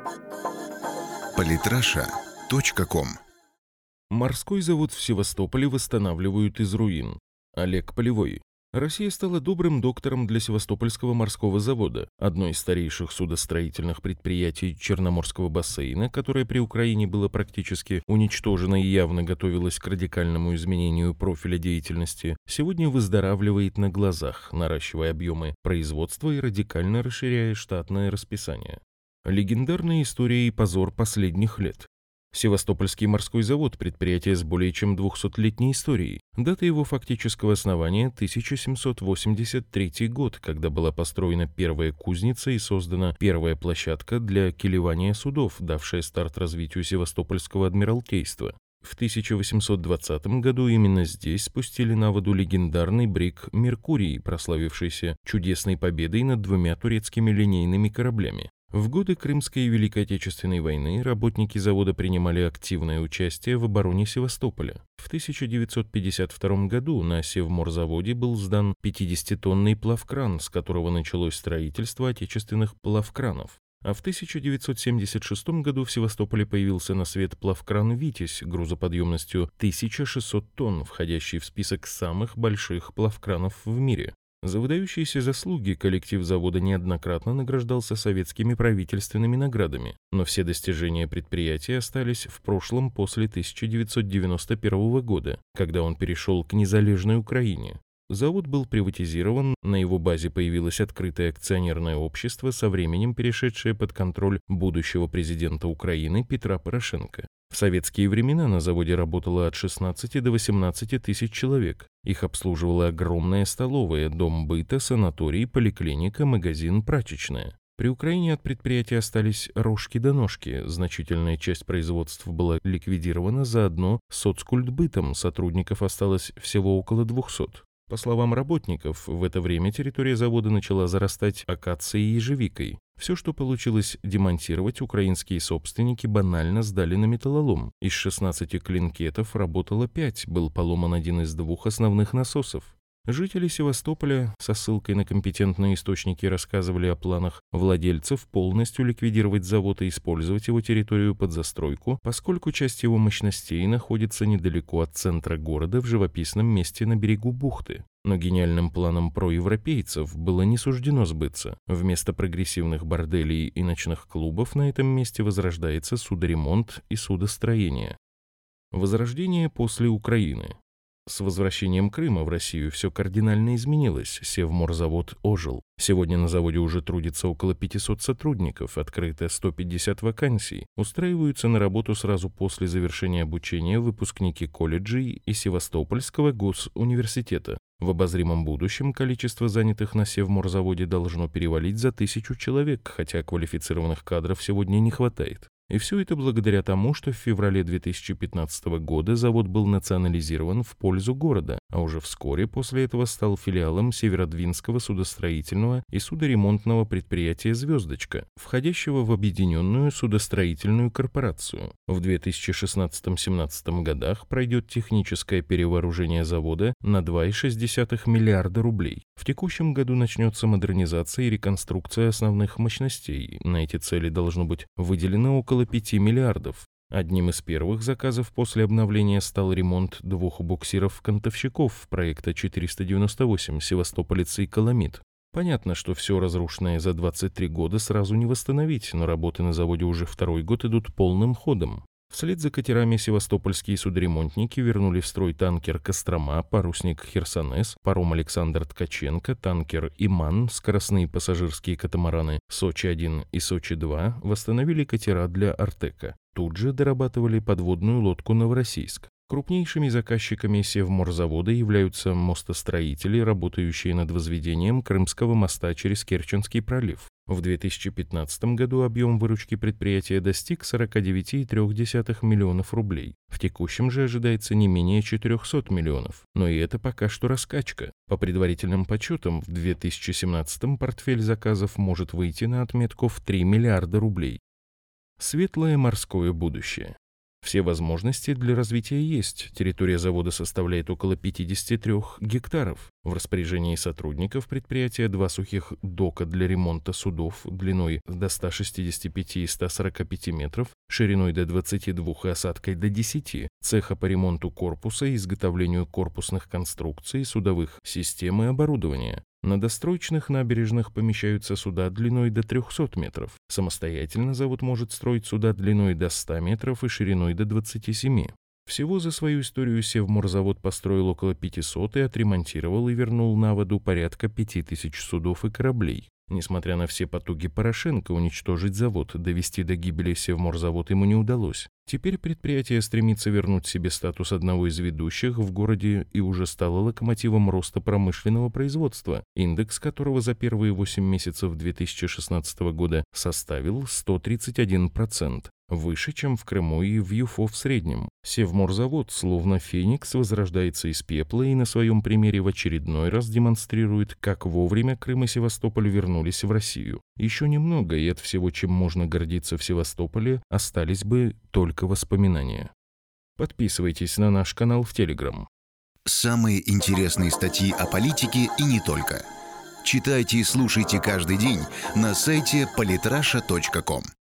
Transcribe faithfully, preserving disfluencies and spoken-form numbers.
политраша точка ком. Морской завод в Севастополе восстанавливают из руин. Олег Полевой. Россия стала добрым доктором для Севастопольского морского завода, одно из старейших судостроительных предприятий Черноморского бассейна, которое при Украине было практически уничтожено и явно готовилось к радикальному изменению профиля деятельности, сегодня выздоравливает на глазах, наращивая объемы производства и радикально расширяя штатное расписание. Легендарная история и позор последних лет. Севастопольский морской завод – предприятие с более чем двухсотлетней историей. Дата его фактического основания – тысяча семьсот восемьдесят третий год, когда была построена первая кузница и создана первая площадка для килевания судов, давшая старт развитию Севастопольского адмиралтейства. В тысяча восемьсот двадцатом году именно здесь спустили на воду легендарный бриг «Меркурий», прославившийся чудесной победой над двумя турецкими линейными кораблями. В годы Крымской и Великой Отечественной войны работники завода принимали активное участие в обороне Севастополя. В тысяча девятьсот пятьдесят втором году на Севморзаводе был сдан пятидесятитонный плавкран, с которого началось строительство отечественных плавкранов. А в тысяча девятьсот семьдесят шестом году в Севастополе появился на свет плавкран «Витязь» грузоподъемностью тысяча шестьсот тонн, входящий в список самых больших плавкранов в мире. За выдающиеся заслуги коллектив завода неоднократно награждался советскими правительственными наградами, но все достижения предприятия остались в прошлом после тысяча девятьсот девяносто первого года, когда он перешел к незалежной Украине. Завод был приватизирован, на его базе появилось открытое акционерное общество, со временем перешедшее под контроль будущего президента Украины Петра Порошенко. В советские времена на заводе работало от шестнадцати до восемнадцати тысяч человек. Их обслуживала огромная столовая, дом быта, санаторий, поликлиника, магазин, прачечная. При Украине от предприятия остались рожки до ножки, значительная часть производств была ликвидирована, заодно соцкультбытом сотрудников осталось всего около двухсот. По словам работников, в это время территория завода начала зарастать акацией и ежевикой. Все, что получилось демонтировать, украинские собственники банально сдали на металлолом. Из шестнадцати клинкетов работало пять, был поломан один из двух основных насосов. Жители Севастополя со ссылкой на компетентные источники рассказывали о планах владельцев полностью ликвидировать завод и использовать его территорию под застройку, поскольку часть его мощностей находится недалеко от центра города в живописном месте на берегу бухты. Но гениальным планам проевропейцев было не суждено сбыться. Вместо прогрессивных борделей и ночных клубов на этом месте возрождается судоремонт и судостроение. Возрождение после Украины. С возвращением Крыма в Россию все кардинально изменилось, Севморзавод ожил. Сегодня на заводе уже трудится около пятисот сотрудников, открыто сто пятьдесят вакансий, устраиваются на работу сразу после завершения обучения выпускники колледжей и Севастопольского госуниверситета. В обозримом будущем количество занятых на Севморзаводе должно перевалить за тысячу человек, хотя квалифицированных кадров сегодня не хватает. И все это благодаря тому, что в феврале две тысячи пятнадцатого года завод был национализирован в пользу города, а уже вскоре после этого стал филиалом Северодвинского судостроительного и судоремонтного предприятия «Звездочка», входящего в Объединенную судостроительную корпорацию. В две тысячи шестнадцатом-семнадцатом годах пройдет техническое перевооружение завода на два целых шесть десятых миллиарда рублей. В текущем году начнется модернизация и реконструкция основных мощностей. На эти цели должно быть выделено около пяти миллиардов. Одним из первых заказов после обновления стал ремонт двух буксиров-кантовщиков проекта четыреста девяносто восемь «Севастополец» и «Каламит». Понятно, что все разрушенное за двадцать три года сразу не восстановить, но работы на заводе уже второй год идут полным ходом. Вслед за катерами севастопольские судоремонтники вернули в строй танкер «Кострома», парусник «Херсонес», паром «Александр Ткаченко», танкер «Иман», скоростные пассажирские катамараны «Сочи-один» и «Сочи-два», восстановили катера для «Артека». Тут же дорабатывали подводную лодку «Новороссийск». Крупнейшими заказчиками Севморзавода являются мостостроители, работающие над возведением Крымского моста через Керченский пролив. В две тысячи пятнадцатом году объем выручки предприятия достиг сорок девять целых три десятых миллионов рублей. В текущем же ожидается не менее четырехсот миллионов. Но и это пока что раскачка. По предварительным подсчетам, в две тысячи семнадцатом портфель заказов может выйти на отметку в три миллиарда рублей. Светлое морское будущее. Все возможности для развития есть. Территория завода составляет около пятьдесят три гектаров. В распоряжении сотрудников предприятия два сухих дока для ремонта судов длиной до ста шестидесяти пяти и ста сорока пяти метров, шириной до двадцати двух и осадкой до десяти, цеха по ремонту корпуса и изготовлению корпусных конструкций, судовых систем и оборудования. На достроечных набережных помещаются суда длиной до трехсот метров. Самостоятельно завод может строить суда длиной до ста метров и шириной до двадцати семи. Всего за свою историю Севморзавод построил около пятисот и отремонтировал и вернул на воду порядка пяти тысяч судов и кораблей. Несмотря на все потуги Порошенко уничтожить завод, довести до гибели Севморзавод ему не удалось. Теперь предприятие стремится вернуть себе статус одного из ведущих в городе и уже стало локомотивом роста промышленного производства, индекс которого за первые восемь месяцев две тысячи шестнадцатого года составил сто тридцать один процент. Выше, чем в Крыму и в ЮФО в среднем. Севморзавод, словно феникс, возрождается из пепла и на своем примере в очередной раз демонстрирует, как вовремя Крым и Севастополь вернулись в Россию. Еще немного, и от всего, чем можно гордиться в Севастополе, остались бы только воспоминания. Подписывайтесь на наш канал в Телеграм. Самые интересные статьи о политике и не только. Читайте и слушайте каждый день на сайте политраша точка ком.